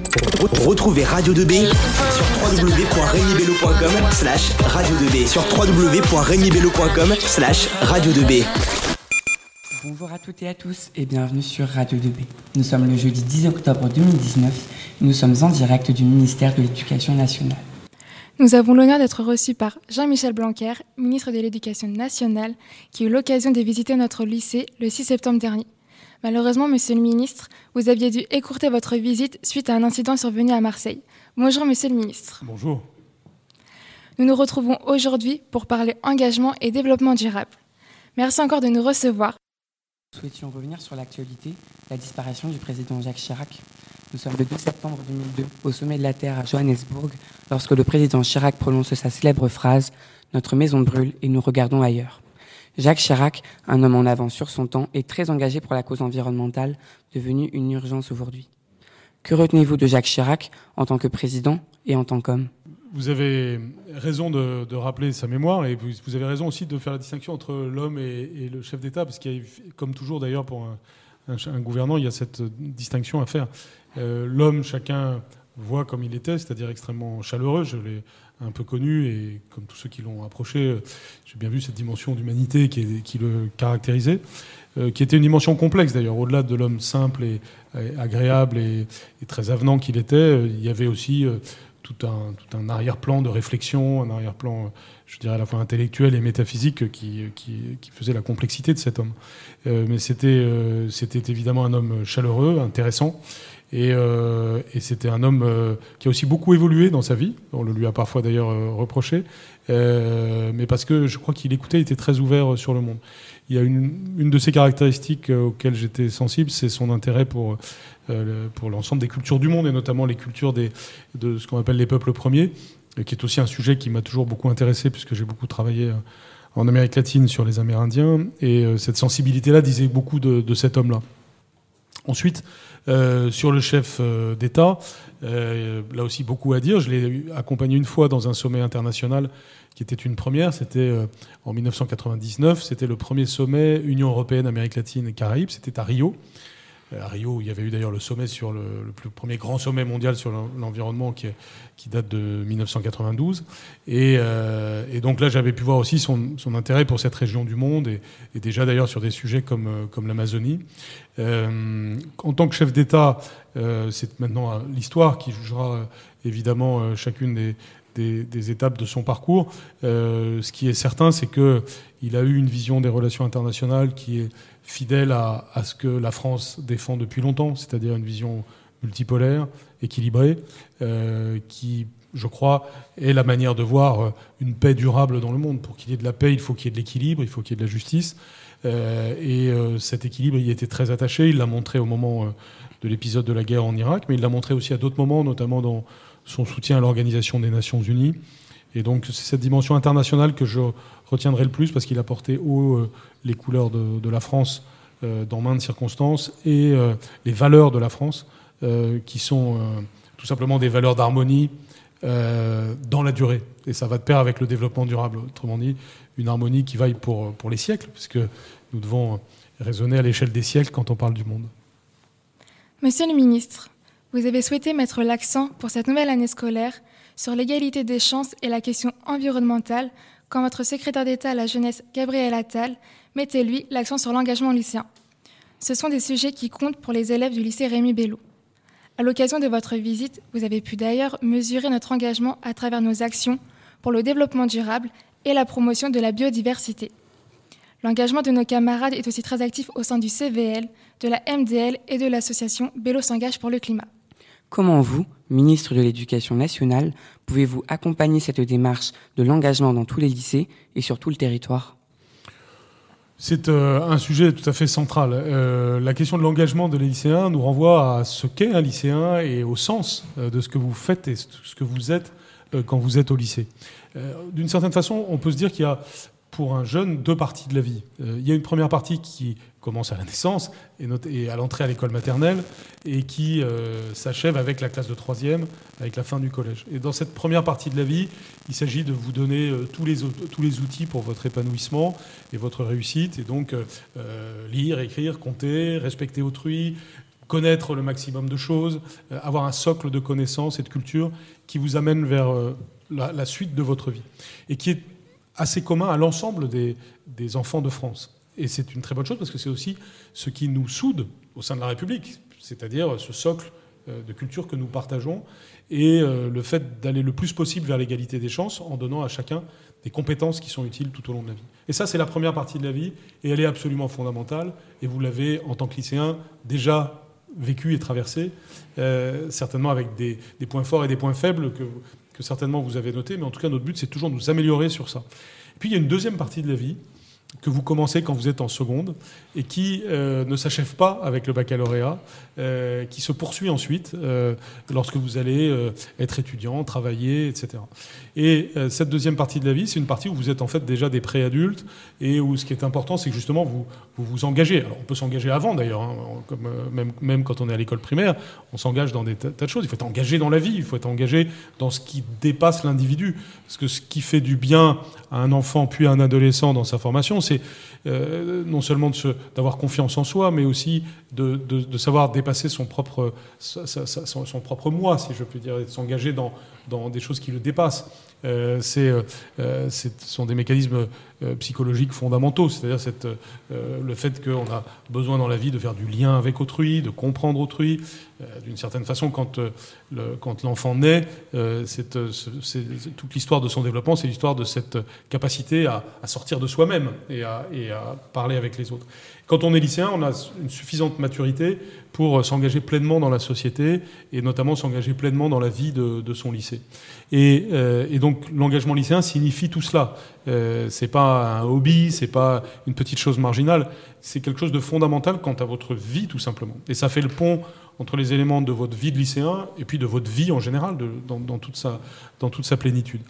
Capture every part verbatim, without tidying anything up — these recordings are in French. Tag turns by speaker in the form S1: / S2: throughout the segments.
S1: Retrouvez Radio deux B sur w w w point rémi bello point com slash radio deux b sur w w w point rémi bello point com slash radio deux b.
S2: Bonjour à toutes et à tous et bienvenue sur Radio deux B. Nous sommes le jeudi dix octobre deux mille dix-neuf et nous sommes en direct du ministère de l'Éducation nationale.
S3: Nous avons l'honneur d'être reçus par Jean-Michel Blanquer, ministre de l'Éducation nationale, qui a eu l'occasion de visiter notre lycée le six septembre dernier. Malheureusement, monsieur le ministre, vous aviez dû écourter votre visite suite à un incident survenu à Marseille. Bonjour monsieur le ministre.
S4: Bonjour.
S3: Nous nous retrouvons aujourd'hui pour parler engagement et développement durable. Merci encore de nous recevoir.
S2: Nous souhaitions revenir sur l'actualité, la disparition du président Jacques Chirac. Nous sommes le deux septembre deux mille deux, au sommet de la Terre à Johannesburg, lorsque le président Chirac prononce sa célèbre phrase « Notre maison brûle et nous regardons ailleurs ». Jacques Chirac, un homme en avance sur son temps, est très engagé pour la cause environnementale, devenue une urgence aujourd'hui. Que retenez-vous de Jacques Chirac en tant que président et en tant qu'homme ?
S4: Vous avez raison de, de rappeler sa mémoire et vous, vous avez raison aussi de faire la distinction entre l'homme et, et le chef d'État, parce qu'il y a, comme toujours d'ailleurs pour un, un, un gouvernant, il y a cette distinction à faire. Euh, l'homme, chacun voit comme il était, c'est-à-dire extrêmement chaleureux. Je l'ai un peu connu et comme tous ceux qui l'ont approché, j'ai bien vu cette dimension d'humanité qui, est, qui le caractérisait, euh, qui était une dimension complexe d'ailleurs. Au-delà de l'homme simple et, et agréable et, et très avenant qu'il était, il y avait aussi euh, tout un, tout un arrière-plan de réflexion, un arrière-plan, je dirais, à la fois intellectuel et métaphysique qui, qui, qui faisait la complexité de cet homme. Euh, mais c'était, euh, c'était évidemment un homme chaleureux, intéressant. Et, euh, et c'était un homme euh, qui a aussi beaucoup évolué dans sa vie. On le lui a parfois d'ailleurs euh, reproché, euh, mais parce que je crois qu'il écoutait, il était très ouvert sur le monde. Il y a une, une de ses caractéristiques euh, auxquelles j'étais sensible, c'est son intérêt pour, euh, pour l'ensemble des cultures du monde, et notamment les cultures des, de ce qu'on appelle les peuples premiers, qui est aussi un sujet qui m'a toujours beaucoup intéressé, puisque j'ai beaucoup travaillé en Amérique latine sur les Amérindiens, et euh, cette sensibilité-là disait beaucoup de, de cet homme-là. Ensuite, euh, sur le chef euh, d'État, euh, là aussi beaucoup à dire. Je l'ai accompagné une fois dans un sommet international qui était une première. C'était euh, en dix-neuf cent quatre-vingt-dix-neuf. C'était le premier sommet Union européenne, Amérique latine et Caraïbes. C'était à Rio. À Rio, il y avait eu d'ailleurs le sommet sur le, le plus, premier grand sommet mondial sur l'environnement qui, qui date de dix-neuf cent quatre-vingt-douze. Et, euh, et donc là, j'avais pu voir aussi son, son intérêt pour cette région du monde et, et déjà d'ailleurs sur des sujets comme, comme l'Amazonie. Euh, en tant que chef d'État, euh, c'est maintenant l'histoire qui jugera euh, évidemment chacune des, des, des étapes de son parcours. Euh, ce qui est certain, c'est qu'il a eu une vision des relations internationales qui est fidèle à, à ce que la France défend depuis longtemps, c'est-à-dire une vision multipolaire, équilibrée, euh, qui, je crois, est la manière de voir une paix durable dans le monde. Pour qu'il y ait de la paix, il faut qu'il y ait de l'équilibre, il faut qu'il y ait de la justice. Euh, et euh, cet équilibre, il y était très attaché. Il l'a montré au moment euh, de l'épisode de la guerre en Irak, mais il l'a montré aussi à d'autres moments, notamment dans son soutien à l'Organisation des Nations Unies. Et donc, c'est cette dimension internationale que je retiendrai le plus, parce qu'il a porté haut euh, les couleurs de, de la France euh, dans maintes circonstances et euh, les valeurs de la France, euh, qui sont euh, tout simplement des valeurs d'harmonie euh, dans la durée. Et ça va de pair avec le développement durable. Autrement dit, une harmonie qui vaille pour, pour les siècles, puisque nous devons raisonner à l'échelle des siècles quand on parle du monde.
S3: Monsieur le ministre, vous avez souhaité mettre l'accent pour cette nouvelle année scolaire sur l'égalité des chances et la question environnementale, quand votre secrétaire d'État à la jeunesse, Gabriel Attal, mettait, lui, l'accent sur l'engagement lycéen. Ce sont des sujets qui comptent pour les élèves du lycée Rémi Bello. À l'occasion de votre visite, vous avez pu d'ailleurs mesurer notre engagement à travers nos actions pour le développement durable et la promotion de la biodiversité. L'engagement de nos camarades est aussi très actif au sein du C V L, de la M D L et de l'association Bello s'engage pour le climat.
S2: Comment vous, ministre de l'Éducation nationale, pouvez-vous accompagner cette démarche de l'engagement dans tous les lycées et sur tout le territoire ?
S4: C'est euh, un sujet tout à fait central. Euh, la question de l'engagement de les lycéens nous renvoie à ce qu'est un lycéen et au sens euh, de ce que vous faites et ce que vous êtes euh, quand vous êtes au lycée. Euh, d'une certaine façon, on peut se dire qu'il y a pour un jeune deux parties de la vie. Euh, il y a une première partie qui commence à la naissance et, not- et à l'entrée à l'école maternelle et qui euh, s'achève avec la classe de troisième, avec la fin du collège. Et dans cette première partie de la vie, il s'agit de vous donner euh, tous, les, tous les outils pour votre épanouissement et votre réussite. Et donc, euh, lire, écrire, compter, respecter autrui, connaître le maximum de choses, euh, avoir un socle de connaissances et de culture qui vous amène vers euh, la, la suite de votre vie. Et qui est assez commun à l'ensemble des, des enfants de France. Et c'est une très bonne chose parce que c'est aussi ce qui nous soude au sein de la République, c'est-à-dire ce socle de culture que nous partageons et le fait d'aller le plus possible vers l'égalité des chances en donnant à chacun des compétences qui sont utiles tout au long de la vie. Et ça, c'est la première partie de la vie et elle est absolument fondamentale. Et vous l'avez, en tant que lycéen, déjà vécu et traversé, euh, certainement avec des, des points forts et des points faibles que, que certainement vous avez notés. Mais en tout cas, notre but, c'est toujours de nous améliorer sur ça. Et puis, il y a une deuxième partie de la vie que vous commencez quand vous êtes en seconde et qui euh, ne s'achève pas avec le baccalauréat, euh, qui se poursuit ensuite euh, lorsque vous allez euh, être étudiant, travailler, et cetera. Et euh, cette deuxième partie de la vie, c'est une partie où vous êtes en fait déjà des préadultes et où ce qui est important, c'est que justement vous vous, vous engagez. Alors on peut s'engager avant d'ailleurs, hein, comme, euh, même, même quand on est à l'école primaire, on s'engage dans des tas, tas de choses. Il faut être engagé dans la vie, il faut être engagé dans ce qui dépasse l'individu. Parce que ce qui fait du bien à un enfant puis à un adolescent dans sa formation, c'est euh, non seulement de se, d'avoir confiance en soi, mais aussi de, de, de savoir dépasser son propre, sa, sa, son, son propre moi, si je puis dire, et de s'engager dans, dans des choses qui le dépassent. Euh, c'est, euh, ce sont des mécanismes euh, psychologiques fondamentaux, c'est-à-dire cette, euh, le fait qu'on a besoin dans la vie de faire du lien avec autrui, de comprendre autrui. Euh, d'une certaine façon, quand, euh, le, quand l'enfant naît, euh, c'est, c'est, c'est, toute l'histoire de son développement, c'est l'histoire de cette capacité à, à sortir de soi-même et à, et à parler avec les autres. Quand on est lycéen, on a une suffisante maturité pour s'engager pleinement dans la société et notamment s'engager pleinement dans la vie de, de son lycée. Et, euh, et donc l'engagement lycéen signifie tout cela. Euh, c'est pas un hobby, c'est pas une petite chose marginale, c'est quelque chose de fondamental quant à votre vie tout simplement. Et ça fait le pont entre les éléments de votre vie de lycéen et puis de votre vie en général, de, dans, dans, toute sa, dans toute sa plénitude.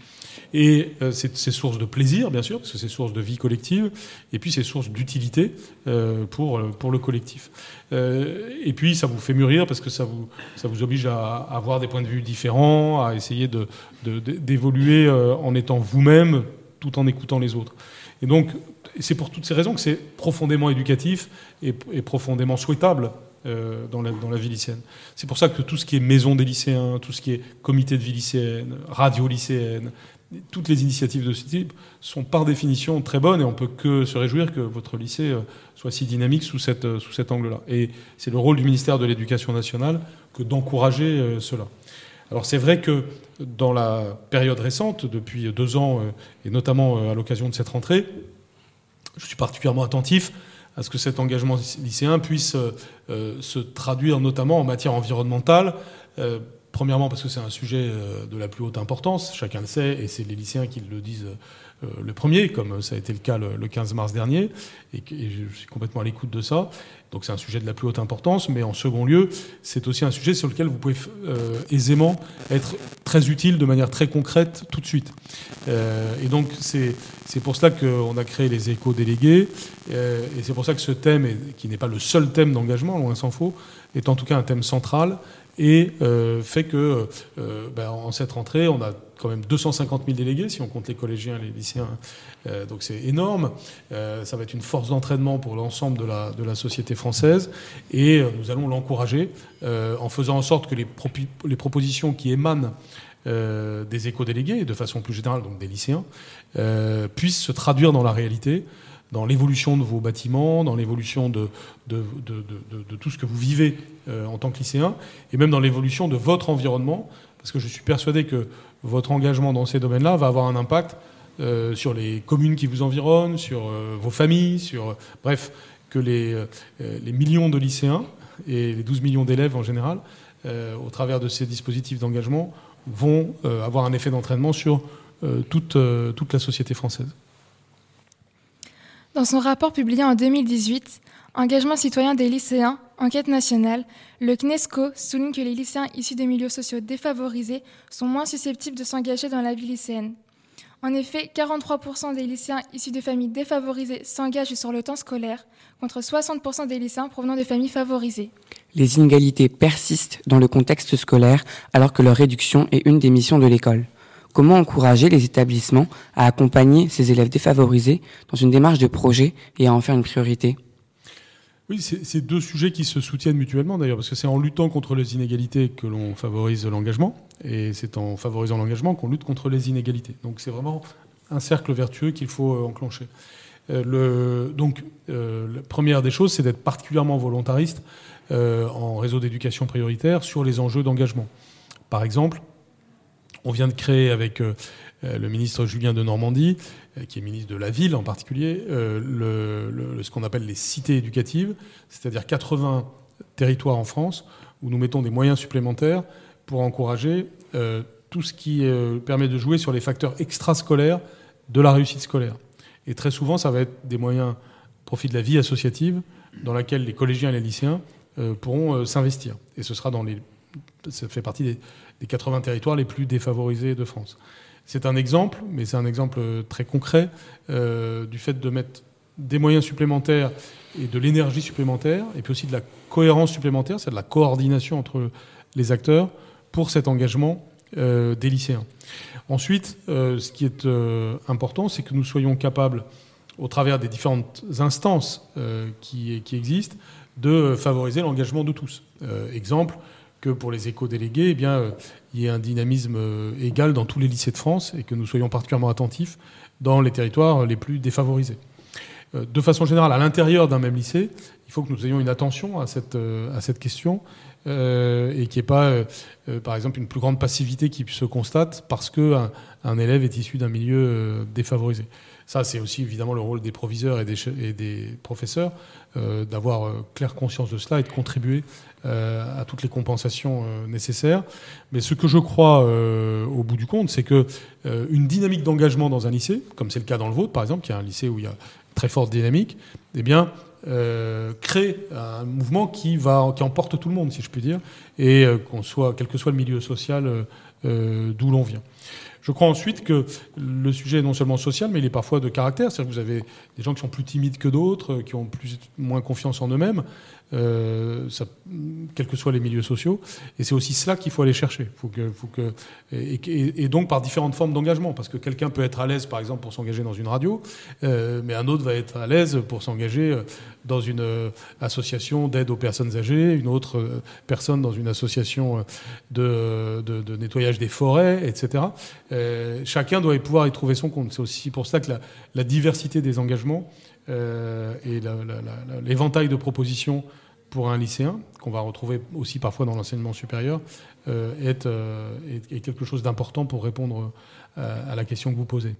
S4: Et euh, c'est, c'est source de plaisir, bien sûr, parce que c'est source de vie collective, et puis c'est source d'utilité euh, pour, pour le collectif. Euh, et puis ça vous fait mûrir, parce que ça vous, ça vous oblige à, à avoir des points de vue différents, à essayer de, de, d'évoluer euh, en étant vous-même, tout en écoutant les autres. Et donc, c'est pour toutes ces raisons que c'est profondément éducatif et, et profondément souhaitable euh, dans, la, dans la vie lycéenne. C'est pour ça que tout ce qui est maison des lycéens, tout ce qui est comité de vie lycéenne, radio lycéenne, toutes les initiatives de ce type sont par définition très bonnes et on ne peut que se réjouir que votre lycée soit si dynamique sous, cette, sous cet angle-là. Et c'est le rôle du ministère de l'Éducation nationale que d'encourager cela. Alors c'est vrai que dans la période récente, depuis deux ans, et notamment à l'occasion de cette rentrée, je suis particulièrement attentif à ce que cet engagement lycéen puisse euh, se traduire notamment en matière environnementale. Euh, premièrement parce que c'est un sujet de la plus haute importance, chacun le sait, et c'est les lycéens qui le disent euh, le premier, comme ça a été le cas le, le quinze mars dernier, et, et je suis complètement à l'écoute de ça. Donc c'est un sujet de la plus haute importance, mais en second lieu, c'est aussi un sujet sur lequel vous pouvez euh, aisément être très utile de manière très concrète tout de suite. Euh, et donc c'est, c'est pour cela qu'on a créé les éco-délégués, euh, et c'est pour ça que ce thème, est, qui n'est pas le seul thème d'engagement, loin s'en faut, est en tout cas un thème central, et euh, fait que euh, ben, en cette rentrée, on a quand même deux cent cinquante mille délégués, si on compte les collégiens et les lycéens, euh, donc c'est énorme. Euh, ça va être une force d'entraînement pour l'ensemble de la, de la société française, et euh, nous allons l'encourager euh, en faisant en sorte que les, propi- les propositions qui émanent euh, des éco-délégués, et de façon plus générale donc des lycéens, euh, puissent se traduire dans la réalité, dans l'évolution de vos bâtiments, dans l'évolution de, de, de, de, de, de tout ce que vous vivez euh, en tant que lycéen, et même dans l'évolution de votre environnement, parce que je suis persuadé que votre engagement dans ces domaines-là va avoir un impact euh, sur les communes qui vous environnent, sur euh, vos familles, sur... Euh, bref, que les, euh, les millions de lycéens et les douze millions d'élèves en général, euh, au travers de ces dispositifs d'engagement, vont euh, avoir un effet d'entraînement sur euh, toute, euh, toute la société française.
S3: Dans son rapport publié en deux mille dix-huit, Engagement citoyen des lycéens, enquête nationale, le C N E S C O souligne que les lycéens issus des milieux sociaux défavorisés sont moins susceptibles de s'engager dans la vie lycéenne. En effet, quarante-trois pour cent des lycéens issus de familles défavorisées s'engagent sur le temps scolaire, contre soixante pour cent des lycéens provenant de familles favorisées.
S2: Les inégalités persistent dans le contexte scolaire alors que leur réduction est une des missions de l'école. Comment encourager les établissements à accompagner ces élèves défavorisés dans une démarche de projet et à en faire une priorité ?
S4: Oui, c'est, c'est deux sujets qui se soutiennent mutuellement d'ailleurs, parce que c'est en luttant contre les inégalités que l'on favorise l'engagement, et c'est en favorisant l'engagement qu'on lutte contre les inégalités. Donc c'est vraiment un cercle vertueux qu'il faut euh, enclencher. Euh, le, donc euh, la première des choses, c'est d'être particulièrement volontariste euh, en réseau d'éducation prioritaire sur les enjeux d'engagement. Par exemple, on vient de créer avec euh, le ministre Julien Denormandie, euh, qui est ministre de la Ville en particulier, euh, le, le, ce qu'on appelle les cités éducatives, c'est-à-dire quatre-vingts territoires en France où nous mettons des moyens supplémentaires pour encourager euh, tout ce qui euh, permet de jouer sur les facteurs extrascolaires de la réussite scolaire. Et très souvent, ça va être des moyens au profit de la vie associative dans laquelle les collégiens et les lycéens euh, pourront euh, s'investir. Et ce sera dans les... Ça fait partie des, des quatre-vingts territoires les plus défavorisés de France. C'est un exemple, mais c'est un exemple très concret euh, du fait de mettre des moyens supplémentaires et de l'énergie supplémentaire, et puis aussi de la cohérence supplémentaire, c'est de la coordination entre les acteurs pour cet engagement euh, des lycéens. Ensuite, euh, ce qui est euh, important, c'est que nous soyons capables, au travers des différentes instances euh, qui, qui existent, de favoriser l'engagement de tous. Euh, exemple, que pour les éco-délégués, eh bien, euh, il y ait un dynamisme euh, égal dans tous les lycées de France et que nous soyons particulièrement attentifs dans les territoires les plus défavorisés. Euh, de façon générale, à l'intérieur d'un même lycée, il faut que nous ayons une attention à cette, euh, à cette question euh, et qu'il n'y ait pas, euh, euh, par exemple, une plus grande passivité qui se constate parce qu'un un élève est issu d'un milieu euh, défavorisé. Ça, c'est aussi évidemment le rôle des proviseurs et des, et des professeurs, euh, d'avoir euh, claire conscience de cela et de contribuer euh, à toutes les compensations euh, nécessaires. Mais ce que je crois euh, au bout du compte, c'est que euh, une dynamique d'engagement dans un lycée, comme c'est le cas dans le vôtre par exemple, qui est un lycée où il y a très forte dynamique, eh bien, euh, crée un mouvement qui, va, qui emporte tout le monde, si je puis dire, et euh, qu'on soit, quel que soit le milieu social euh, euh, d'où l'on vient. Je crois ensuite que le sujet est non seulement social, mais il est parfois de caractère. C'est-à-dire que vous avez des gens qui sont plus timides que d'autres, qui ont plus, moins confiance en eux-mêmes, euh, ça, quels que soient les milieux sociaux. Et c'est aussi cela qu'il faut aller chercher. Faut que, faut que, et, et, et donc par différentes formes d'engagement. Parce que quelqu'un peut être à l'aise, par exemple, pour s'engager dans une radio, euh, mais un autre va être à l'aise pour s'engager dans une euh, association d'aide aux personnes âgées, une autre euh, personne dans une association de, de, de nettoyage des forêts, et cetera. Euh, chacun doit pouvoir y trouver son compte. C'est aussi pour ça que la, la diversité des engagements euh, et la, la, la, l'éventail de propositions pour un lycéen, qu'on va retrouver aussi parfois dans l'enseignement supérieur, euh, est, euh, est, est quelque chose d'important pour répondre à, à la question que vous posez.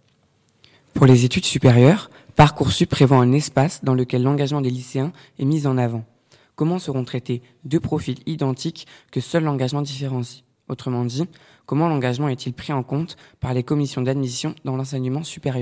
S2: Pour les études supérieures, Parcoursup prévoit un espace dans lequel l'engagement des lycéens est mis en avant. Comment seront traités deux profils identiques que seul l'engagement différencie ? Autrement dit, comment l'engagement est-il pris en compte par les commissions d'admission dans l'enseignement supérieur ?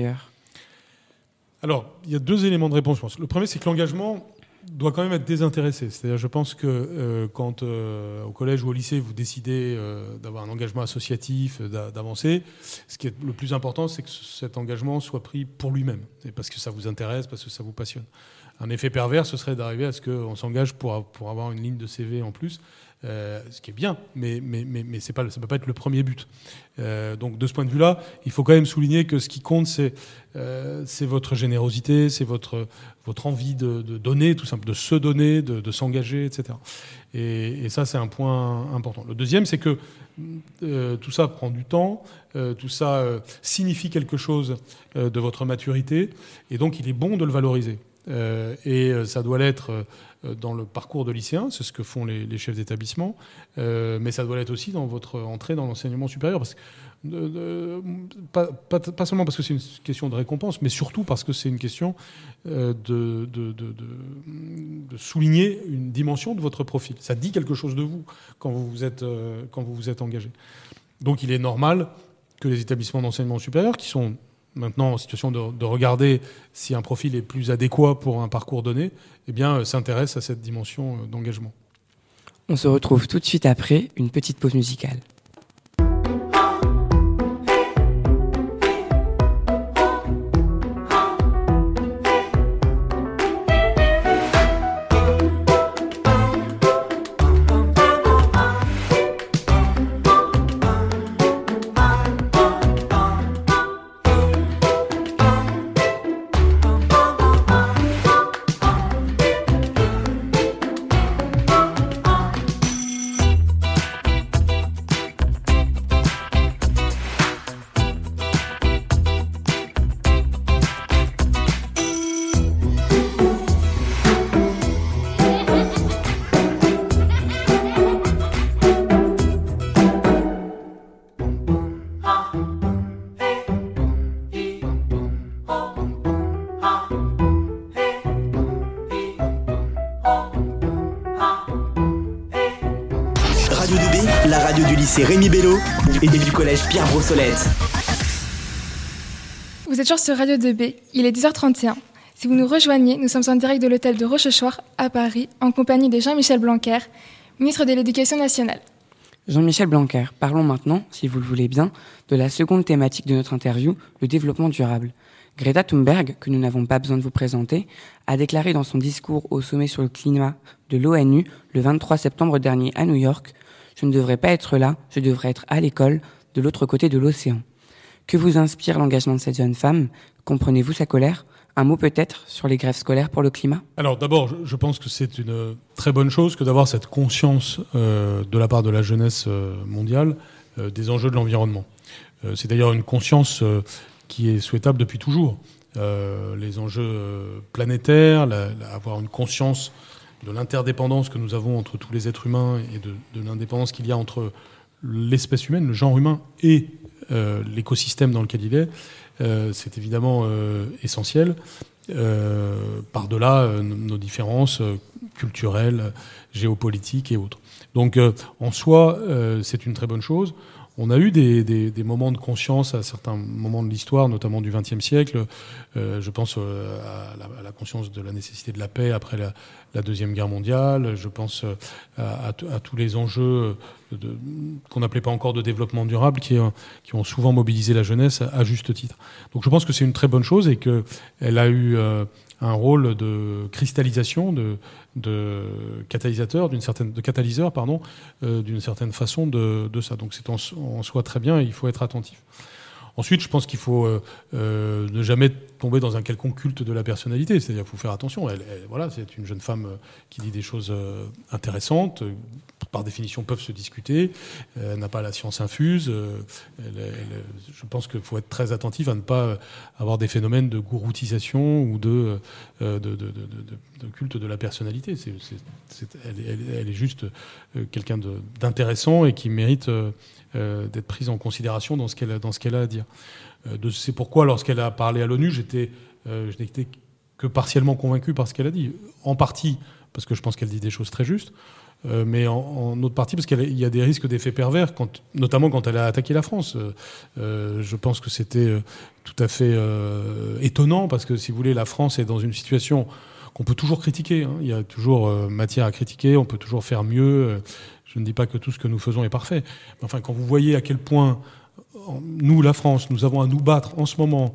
S4: Alors, il y a deux éléments de réponse, je pense. Le premier, c'est que l'engagement doit quand même être désintéressé. C'est-à-dire, je pense que euh, quand euh, au collège ou au lycée, vous décidez euh, d'avoir un engagement associatif, d'a- d'avancer, ce qui est le plus important, c'est que cet engagement soit pris pour lui-même, et parce que ça vous intéresse, parce que ça vous passionne. Un effet pervers, ce serait d'arriver à ce qu'on s'engage pour, pour avoir une ligne de C V en plus, euh, ce qui est bien, mais, mais, mais, mais c'est pas, ça ne peut pas être le premier but. Euh, donc de ce point de vue-là, il faut quand même souligner que ce qui compte, c'est, euh, c'est votre générosité, c'est votre, votre envie de, de donner, tout simplement, de se donner, de, de s'engager, et cetera. Et, et ça, c'est un point important. Le deuxième, c'est que euh, tout ça prend du temps, euh, tout ça euh, signifie quelque chose euh, de votre maturité, et donc il est bon de le valoriser. Euh, et ça doit l'être euh, dans le parcours de lycéen, c'est ce que font les, les chefs d'établissement, euh, mais ça doit l'être aussi dans votre entrée dans l'enseignement supérieur, parce que, de, de, pas, pas, pas seulement parce que c'est une question de récompense, mais surtout parce que c'est une question euh, de, de, de, de, de souligner une dimension de votre profil. Ça dit quelque chose de vous quand vous vous êtes, euh, quand vous vous êtes engagé. Donc il est normal que les établissements d'enseignement supérieur, qui sont maintenant en situation de, de regarder si un profil est plus adéquat pour un parcours donné, eh bien, euh, s'intéresse à cette dimension euh, d'engagement.
S2: On se retrouve tout de suite après une petite pause musicale.
S1: la radio du lycée Rémi Bello et du collège Pierre Brossolette.
S3: Vous êtes toujours sur Radio deux B, il est dix heures trente et un. Si vous nous rejoignez, nous sommes en direct de l'hôtel de Rochechouart à Paris, en compagnie de Jean-Michel Blanquer, ministre de l'Éducation nationale.
S2: Jean-Michel Blanquer, parlons maintenant, si vous le voulez bien, de la seconde thématique de notre interview, le développement durable. Greta Thunberg, que nous n'avons pas besoin de vous présenter, a déclaré dans son discours au sommet sur le climat de l'ONU le vingt-trois septembre dernier à New York « Je ne devrais pas être là, je devrais être à l'école, de l'autre côté de l'océan ». Que vous inspire l'engagement de cette jeune femme ? Comprenez-vous sa colère ? Un mot peut-être sur les grèves scolaires pour le climat ?
S4: Alors d'abord, je pense que c'est une très bonne chose que d'avoir cette conscience euh, de la part de la jeunesse euh, mondiale euh, des enjeux de l'environnement. Euh, c'est d'ailleurs une conscience euh, qui est souhaitable depuis toujours. Euh, les enjeux euh, planétaires, la, la, avoir une conscience de l'interdépendance que nous avons entre tous les êtres humains et de, de l'indépendance qu'il y a entre l'espèce humaine, le genre humain et euh, l'écosystème dans lequel il est, euh, c'est évidemment euh, essentiel. Euh, par-delà euh, nos différences euh, culturelles, géopolitiques et autres. Donc euh, en soi, euh, c'est une très bonne chose. On a eu des, des, des moments de conscience à certains moments de l'histoire, notamment du vingtième siècle. Euh, je pense euh, à, la, à la conscience de la nécessité de la paix après la, la Deuxième Guerre mondiale. Je pense euh, à, à, t- à tous les enjeux de, qu'on n'appelait pas encore de développement durable, qui, euh, qui ont souvent mobilisé la jeunesse à, à juste titre. Donc je pense que c'est une très bonne chose et qu'elle a eu euh, un rôle de cristallisation, de, de catalyseur, d'une certaine, de catalyseur, pardon, euh, d'une certaine façon de, de ça. Donc c'est en, en soi très bien et il faut être attentif. Ensuite, je pense qu'il faut euh, euh, ne jamais tomber dans un quelconque culte de la personnalité. C'est-à-dire qu'il faut faire attention. Elle, elle, voilà, c'est une jeune femme qui dit des choses euh, intéressantes, euh, par définition peuvent se discuter. Euh, elle n'a pas la science infuse. Euh, elle, elle, je pense qu'il faut être très attentif à ne pas avoir des phénomènes de gouroutisation ou de, euh, de, de, de, de, de culte de la personnalité. C'est, c'est, c'est, elle, elle, elle est juste euh, quelqu'un de, d'intéressant et qui mérite... Euh, Euh, d'être prise en considération dans ce qu'elle a, dans ce qu'elle a à dire. Euh, de, c'est pourquoi, lorsqu'elle a parlé à l'ONU, j'étais, euh, je n'étais que partiellement convaincu par ce qu'elle a dit. En partie, parce que je pense qu'elle dit des choses très justes, euh, mais en, en autre partie, parce qu'il y a des risques d'effets pervers, quand, notamment quand elle a attaqué la France. Euh, je pense que c'était euh, tout à fait euh, étonnant, parce que, si vous voulez, la France est dans une situation qu'on peut toujours critiquer. Hein. Il y a toujours euh, matière à critiquer, on peut toujours faire mieux. Euh, Je ne dis pas que tout ce que nous faisons est parfait. Mais enfin, quand vous voyez à quel point, nous, la France, nous avons à nous battre en ce moment,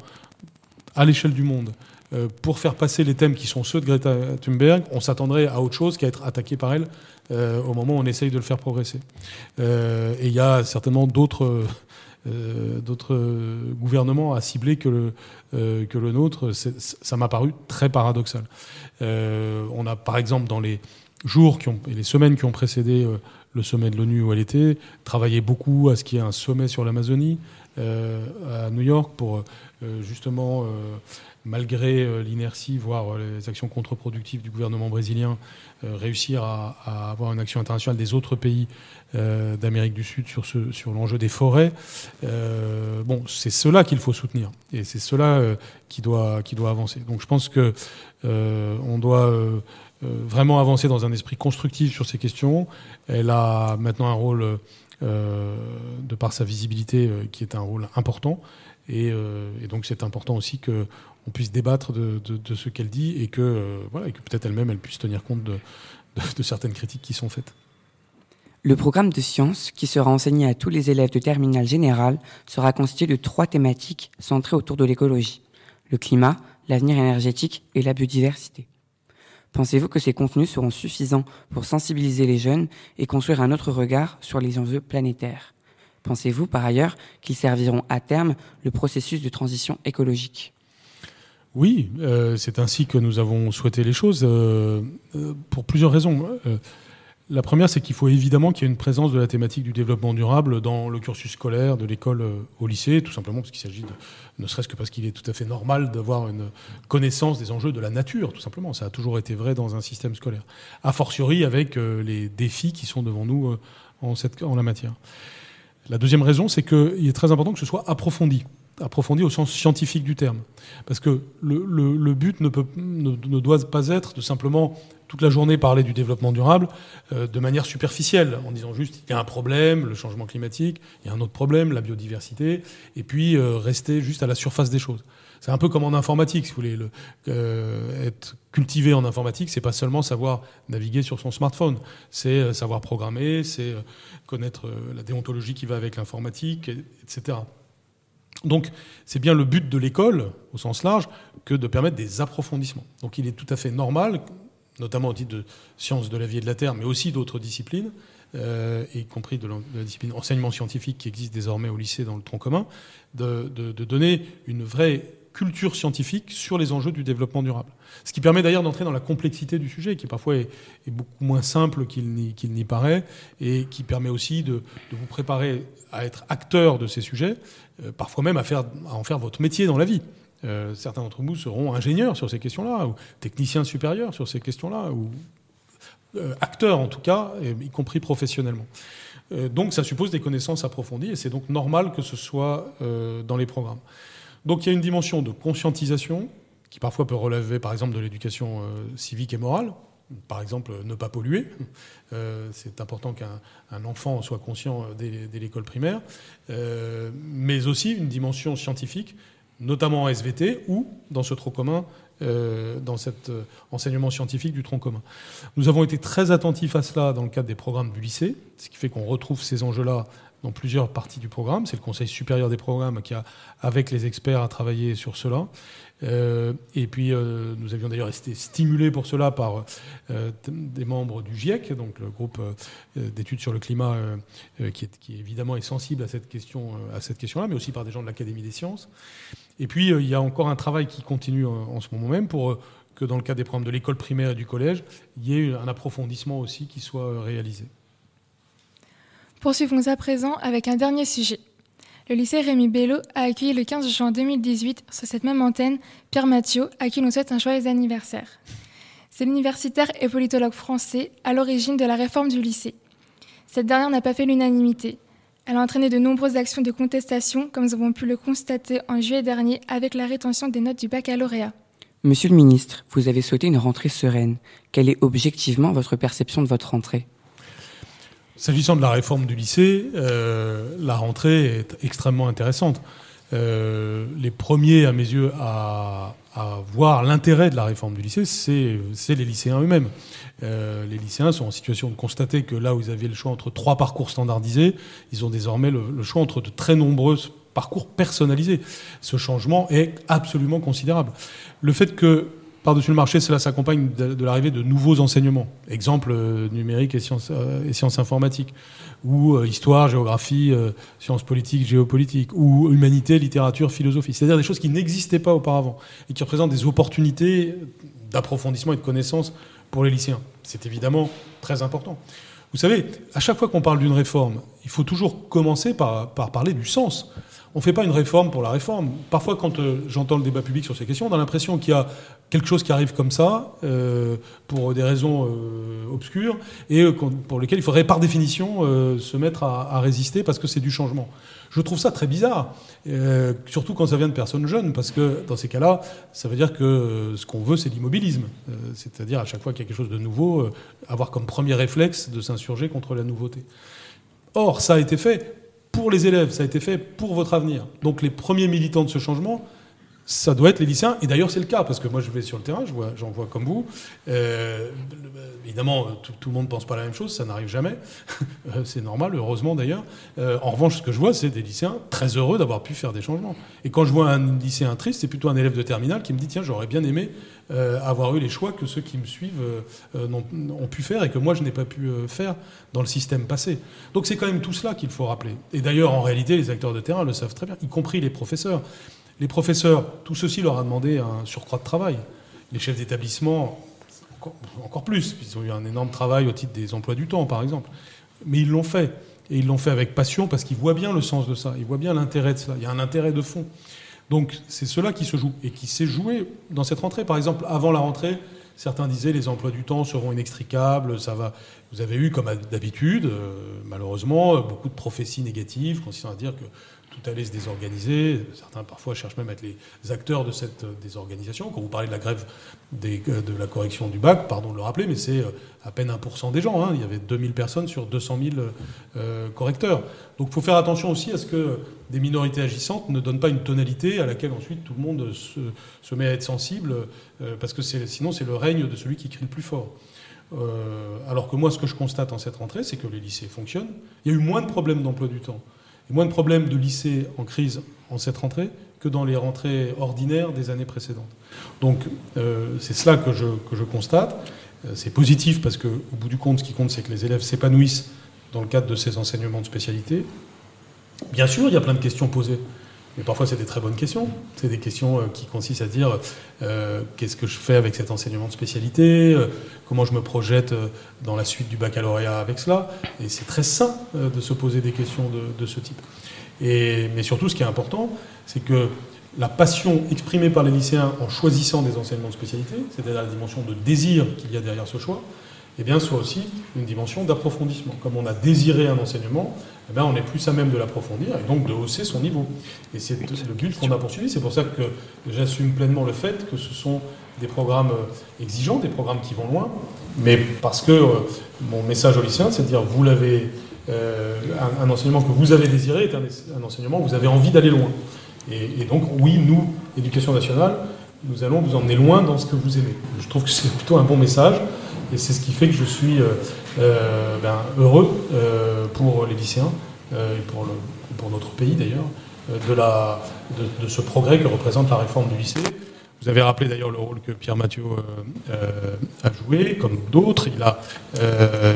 S4: à l'échelle du monde, euh, pour faire passer les thèmes qui sont ceux de Greta Thunberg, on s'attendrait à autre chose qu'à être attaqué par elle euh, au moment où on essaye de le faire progresser. Euh, et il y a certainement d'autres... Euh, d'autres gouvernements à cibler que le, euh, que le nôtre. C'est, ça m'a paru très paradoxal. Euh, on a, par exemple, dans les jours qui ont, et les semaines qui ont précédé euh, le sommet de l'ONU où elle était, travaillé beaucoup à ce qu'il y ait un sommet sur l'Amazonie euh, à New York pour euh, justement, euh, malgré euh, l'inertie, voire euh, les actions contre-productives du gouvernement brésilien, euh, réussir à, à avoir une action internationale des autres pays euh, d'Amérique du Sud sur, ce, sur l'enjeu des forêts. Euh, bon, c'est cela qu'il faut soutenir et c'est cela euh, qui doit, qui doit avancer. Donc je pense que euh, on doit euh, vraiment avancer dans un esprit constructif sur ces questions. Elle a maintenant un rôle, euh, de par sa visibilité, euh, qui est un rôle important. Et, euh, et donc c'est important aussi qu'on puisse débattre de, de, de ce qu'elle dit et que, euh, voilà, et que peut-être elle-même elle puisse tenir compte de, de, de certaines critiques qui sont faites.
S2: Le programme de sciences, qui sera enseigné à tous les élèves de terminale générale, sera constitué de trois thématiques centrées autour de l'écologie: le climat, l'avenir énergétique et la biodiversité. Pensez-vous que ces contenus seront suffisants pour sensibiliser les jeunes et construire un autre regard sur les enjeux planétaires ? Pensez-vous, par ailleurs, qu'ils serviront à terme le processus de transition écologique ?
S4: Oui, euh, c'est ainsi que nous avons souhaité les choses, euh, euh, pour plusieurs raisons. Euh, la première, c'est qu'il faut évidemment qu'il y ait une présence de la thématique du développement durable dans le cursus scolaire, de l'école euh, au lycée, tout simplement parce qu'il s'agit de, ne serait-ce que parce qu'il est tout à fait normal d'avoir une connaissance des enjeux de la nature, tout simplement. Ça a toujours été vrai dans un système scolaire. A fortiori avec euh, les défis qui sont devant nous euh, en, cette, en la matière. La deuxième raison, c'est qu'il est très important que ce soit approfondi. approfondie au sens scientifique du terme. Parce que le, le, le but ne, peut, ne, ne doit pas être de simplement toute la journée parler du développement durable euh, de manière superficielle, en disant juste il y a un problème, le changement climatique, il y a un autre problème, la biodiversité, et puis euh, rester juste à la surface des choses. C'est un peu comme en informatique, si vous voulez. Le, euh, être cultivé en informatique, c'est pas seulement savoir naviguer sur son smartphone, c'est euh, savoir programmer, c'est euh, connaître euh, la déontologie qui va avec l'informatique, et, etc. Donc, c'est bien le but de l'école, au sens large, que de permettre des approfondissements. Donc, il est tout à fait normal, notamment au titre de sciences de la vie et de la terre, mais aussi d'autres disciplines, euh, y compris de la, de la discipline enseignement scientifique qui existe désormais au lycée dans le tronc commun, de, de, de donner une vraie culture scientifique sur les enjeux du développement durable. Ce qui permet d'ailleurs d'entrer dans la complexité du sujet, qui parfois est, est beaucoup moins simple qu'il n'y, qu'il n'y paraît, et qui permet aussi de, de vous préparer à être acteur de ces sujets, euh, parfois même à, faire, à en faire votre métier dans la vie. Euh, certains d'entre vous seront ingénieurs sur ces questions-là, ou techniciens supérieurs sur ces questions-là, ou euh, acteurs en tout cas, y compris professionnellement. Euh, donc ça suppose des connaissances approfondies, et c'est donc normal que ce soit euh, dans les programmes. Donc il y a une dimension de conscientisation qui parfois peut relever par exemple de l'éducation euh, civique et morale. Par exemple, ne pas polluer. Euh, c'est important qu'un un enfant soit conscient dès, dès l'école primaire. Euh, mais aussi une dimension scientifique, notamment en S V T ou dans ce tronc commun, euh, dans cet euh, enseignement scientifique du tronc commun. Nous avons été très attentifs à cela dans le cadre des programmes du lycée, ce qui fait qu'on retrouve ces enjeux-là dans plusieurs parties du programme. C'est le Conseil supérieur des programmes qui a, avec les experts, a travaillé sur cela. Euh, et puis, euh, nous avions d'ailleurs été stimulés pour cela par euh, des membres du GIEC, donc le groupe euh, d'études sur le climat, euh, qui, est, qui évidemment est sensible à cette question, euh, à cette question-là, mais aussi par des gens de l'Académie des sciences. Et puis, euh, il y a encore un travail qui continue en, en ce moment même pour euh, que, dans le cadre des programmes de l'école primaire et du collège, il y ait un approfondissement aussi qui soit euh, réalisé.
S3: Poursuivons à présent avec un dernier sujet. Le lycée Rémi Bello a accueilli le quinze juin deux mille dix-huit, sur cette même antenne, Pierre Mathieu, à qui l'on souhaite un joyeux anniversaire. C'est l'universitaire et politologue français à l'origine de la réforme du lycée. Cette dernière n'a pas fait l'unanimité. Elle a entraîné de nombreuses actions de contestation, comme nous avons pu le constater en juillet dernier avec la rétention des notes du baccalauréat.
S2: Monsieur le ministre, vous avez souhaité une rentrée sereine. Quelle est objectivement votre perception de votre rentrée ?
S4: S'agissant de la réforme du lycée, euh, la rentrée est extrêmement intéressante. Euh, les premiers, à mes yeux, à, à voir l'intérêt de la réforme du lycée, c'est, c'est les lycéens eux-mêmes. Euh, les lycéens sont en situation de constater que là où ils avaient le choix entre trois parcours standardisés, ils ont désormais le, le choix entre de très nombreux parcours personnalisés. Ce changement est absolument considérable. Le fait que par-dessus le marché, cela s'accompagne de, de l'arrivée de nouveaux enseignements. Exemple, euh, numérique et sciences, euh, et sciences informatiques, ou euh, histoire, géographie, euh, sciences politiques, géopolitique, ou humanité, littérature, philosophie. C'est-à-dire des choses qui n'existaient pas auparavant et qui représentent des opportunités d'approfondissement et de connaissances pour les lycéens. C'est évidemment très important. Vous savez, à chaque fois qu'on parle d'une réforme, il faut toujours commencer par, par parler du sens. On ne fait pas une réforme pour la réforme. Parfois, quand euh, j'entends le débat public sur ces questions, on a l'impression qu'il y a quelque chose qui arrive comme ça, euh, pour des raisons euh, obscures, et euh, pour lesquelles il faudrait par définition euh, se mettre à, à résister parce que c'est du changement. Je trouve ça très bizarre, euh, surtout quand ça vient de personnes jeunes, parce que dans ces cas-là, ça veut dire que euh, ce qu'on veut, c'est l'immobilisme. Euh, c'est-à-dire, à chaque fois qu'il y a quelque chose de nouveau, euh, avoir comme premier réflexe de s'insurger contre la nouveauté. Or, ça a été fait pour les élèves, ça a été fait pour votre avenir. Donc les premiers militants de ce changement, ça doit être les lycéens. Et d'ailleurs, c'est le cas, parce que moi, je vais sur le terrain, je vois, j'en vois comme vous. Euh, évidemment, tout, tout le monde ne pense pas la même chose, ça n'arrive jamais. C'est normal, heureusement d'ailleurs. Euh, en revanche, ce que je vois, c'est des lycéens très heureux d'avoir pu faire des changements. Et quand je vois un lycéen triste, c'est plutôt un élève de terminale qui me dit « Tiens, j'aurais bien aimé euh, avoir eu les choix que ceux qui me suivent euh, ont, ont pu faire et que moi, je n'ai pas pu euh, faire dans le système passé. » Donc c'est quand même tout cela qu'il faut rappeler. Et d'ailleurs, en réalité, les acteurs de terrain le savent très bien, y compris les professeurs. Les professeurs, tout ceci leur a demandé un surcroît de travail. Les chefs d'établissement, encore, encore plus, puisqu'ils ont eu un énorme travail au titre des emplois du temps, par exemple. Mais ils l'ont fait. Et ils l'ont fait avec passion parce qu'ils voient bien le sens de ça. Ils voient bien l'intérêt de ça. Il y a un intérêt de fond. Donc c'est cela qui se joue et qui s'est joué dans cette rentrée. Par exemple, avant la rentrée, certains disaient les emplois du temps seront inextricables, ça va, Vous avez eu, comme d'habitude, euh, malheureusement, beaucoup de prophéties négatives consistant à dire que tout allait se désorganiser. Certains, parfois, cherchent même à être les acteurs de cette désorganisation. Quand vous parlez de la grève des, de la correction du bac, pardon de le rappeler, mais c'est à peine un pour cent des gens. Hein. Il y avait deux mille personnes sur deux cent mille euh, correcteurs. Donc il faut faire attention aussi à ce que des minorités agissantes ne donnent pas une tonalité à laquelle ensuite tout le monde se, se met à être sensible, euh, parce que c'est, sinon c'est le règne de celui qui crie le plus fort. Euh, alors que moi, ce que je constate en cette rentrée, c'est que les lycées fonctionnent. Il y a eu moins de problèmes d'emploi du temps, et moins de problèmes de lycées en crise en cette rentrée que dans les rentrées ordinaires des années précédentes. Donc euh, c'est cela que je, que je constate. Euh, c'est positif parce qu'au bout du compte, ce qui compte, c'est que les élèves s'épanouissent dans le cadre de ces enseignements de spécialité. Bien sûr, il y a plein de questions posées. Mais parfois, c'est des très bonnes questions. C'est des questions euh, qui consistent à dire euh, qu'est-ce que je fais avec cet enseignement de spécialité, euh, comment je me projette euh, dans la suite du baccalauréat avec cela. Et c'est très sain euh, de se poser des questions de, de ce type. Et, mais surtout, ce qui est important, c'est que la passion exprimée par les lycéens en choisissant des enseignements de spécialité, c'est-à-dire la dimension de désir qu'il y a derrière ce choix, eh bien, soit aussi une dimension d'approfondissement. Comme on a désiré un enseignement, eh bien, on est plus à même de l'approfondir et donc de hausser son niveau. Et c'est le but qu'on a poursuivi. C'est pour ça que j'assume pleinement le fait que ce sont des programmes exigeants, des programmes qui vont loin, mais parce que euh, mon message aux lycéens, c'est de dire vous l'avez, euh, un, un enseignement que vous avez désiré est un, un enseignement où vous avez envie d'aller loin. Et, et donc, oui, nous, Éducation nationale, nous allons vous emmener loin dans ce que vous aimez. Je trouve que c'est plutôt un bon message. Et c'est ce qui fait que je suis euh, euh, ben, heureux euh, pour les lycéens euh, et pour, le, pour notre pays d'ailleurs, euh, de, la, de, de ce progrès que représente la réforme du lycée. Vous avez rappelé d'ailleurs le rôle que Pierre Mathieu euh, euh, a joué, comme d'autres. Il a, euh,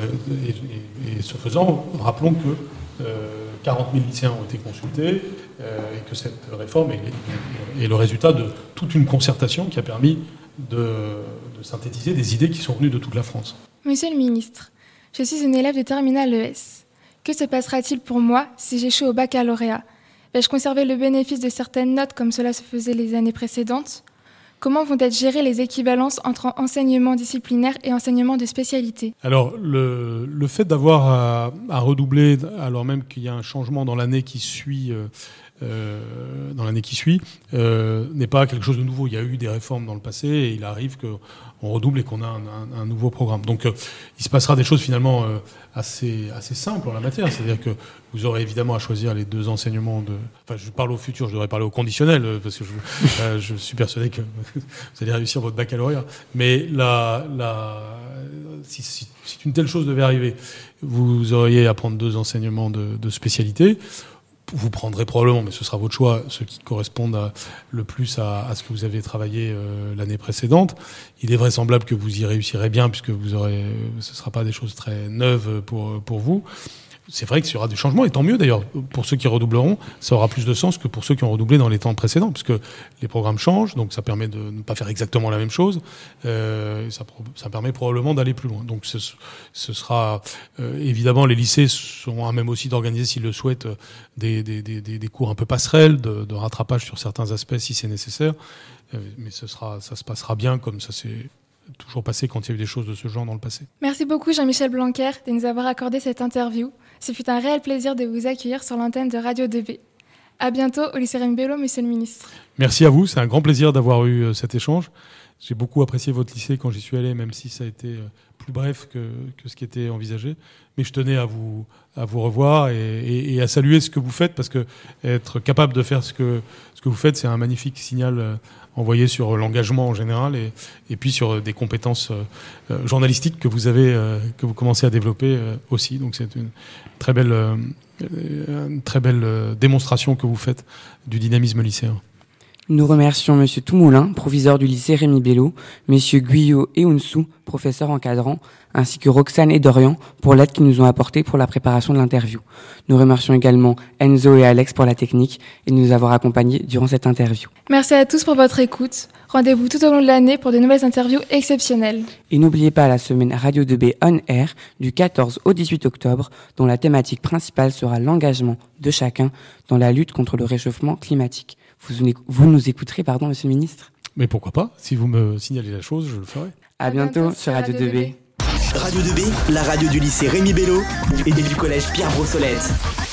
S4: et, et, et ce faisant, rappelons que euh, quarante mille lycéens ont été consultés euh, et que cette réforme est, est, est le résultat de toute une concertation qui a permis de, de synthétiser des idées qui sont venues de toute la France.
S3: Monsieur le ministre, je suis une élève de terminale E S. Que se passera-t-il pour moi si j'échoue au baccalauréat ? Vais-je conserver le bénéfice de certaines notes comme cela se faisait les années précédentes ? Comment vont être gérées les équivalences entre enseignement disciplinaire et enseignement de spécialité ?
S4: Alors, le, le fait d'avoir à, à redoubler, alors même qu'il y a un changement dans l'année qui suit... Euh, Euh, dans l'année qui suit, euh, n'est pas quelque chose de nouveau. Il y a eu des réformes dans le passé et il arrive qu'on redouble et qu'on a un, un, un nouveau programme. Donc euh, il se passera des choses finalement euh, assez, assez simples en la matière. C'est-à-dire que vous aurez évidemment à choisir les deux enseignements de... Enfin, je parle au futur, je devrais parler au conditionnel euh, parce que je, euh, je suis persuadé que vous allez réussir votre baccalauréat. Mais la, la, si, si, si une telle chose devait arriver, vous auriez à prendre deux enseignements de, de spécialité. Vous prendrez probablement, mais ce sera votre choix, ceux qui correspondent à, le plus à, à ce que vous avez travaillé euh, l'année précédente. Il est vraisemblable que vous y réussirez bien, puisque vous aurez, ce ne sera pas des choses très neuves pour, pour vous. C'est vrai qu'il y aura des changements, et tant mieux d'ailleurs. Pour ceux qui redoubleront, ça aura plus de sens que pour ceux qui ont redoublé dans les temps précédents, puisque les programmes changent, donc ça permet de ne pas faire exactement la même chose. Euh, ça, ça permet probablement d'aller plus loin. Donc ce, ce sera... Euh, évidemment, les lycées sont à même aussi d'organiser, s'ils le souhaitent, des, des, des, des cours un peu passerelles, de, de rattrapage sur certains aspects si c'est nécessaire. Euh, mais ce sera, ça se passera bien comme ça s'est toujours passé quand il y a eu des choses de ce genre dans le passé.
S3: Merci beaucoup Jean-Michel Blanquer de nous avoir accordé cette interview. Ce fut un réel plaisir de vous accueillir sur l'antenne de Radio deux B. À bientôt au lycée Rémi Bello, monsieur le ministre.
S4: Merci à vous, c'est un grand plaisir d'avoir eu euh, cet échange. J'ai beaucoup apprécié votre lycée quand j'y suis allé, même si ça a été euh, plus bref que, que ce qui était envisagé. Mais je tenais à vous, à vous revoir et, et, et à saluer ce que vous faites, parce que être capable de faire ce que, ce que vous faites, c'est un magnifique signal euh, envoyé sur l'engagement en général et, et puis sur des compétences euh, journalistiques que vous avez, euh, que vous commencez à développer euh, aussi. Donc c'est une très belle, euh, une très belle euh, démonstration que vous faites du dynamisme lycéen.
S2: Nous remercions M. Toumoulin, proviseur du lycée Rémi Bello, M. Guyot et Ounsou, professeurs encadrants, ainsi que Roxane et Dorian pour l'aide qu'ils nous ont apportée pour la préparation de l'interview. Nous remercions également Enzo et Alex pour la technique et de nous avoir accompagnés durant cette interview.
S3: Merci à tous pour votre écoute. Rendez-vous tout au long de l'année pour de nouvelles interviews exceptionnelles.
S2: Et n'oubliez pas la semaine Radio deux B On Air du quatorze au dix-huit octobre, dont la thématique principale sera l'engagement de chacun dans la lutte contre le réchauffement climatique. Vous, vous nous écouterez, pardon, monsieur le ministre ?
S4: Mais pourquoi pas ? Si vous me signalez la chose, je le ferai.
S2: À, à bientôt, bientôt sur Radio deux B.
S1: Radio deux B, la radio du lycée Rémi Bello et du collège Pierre Brossolette.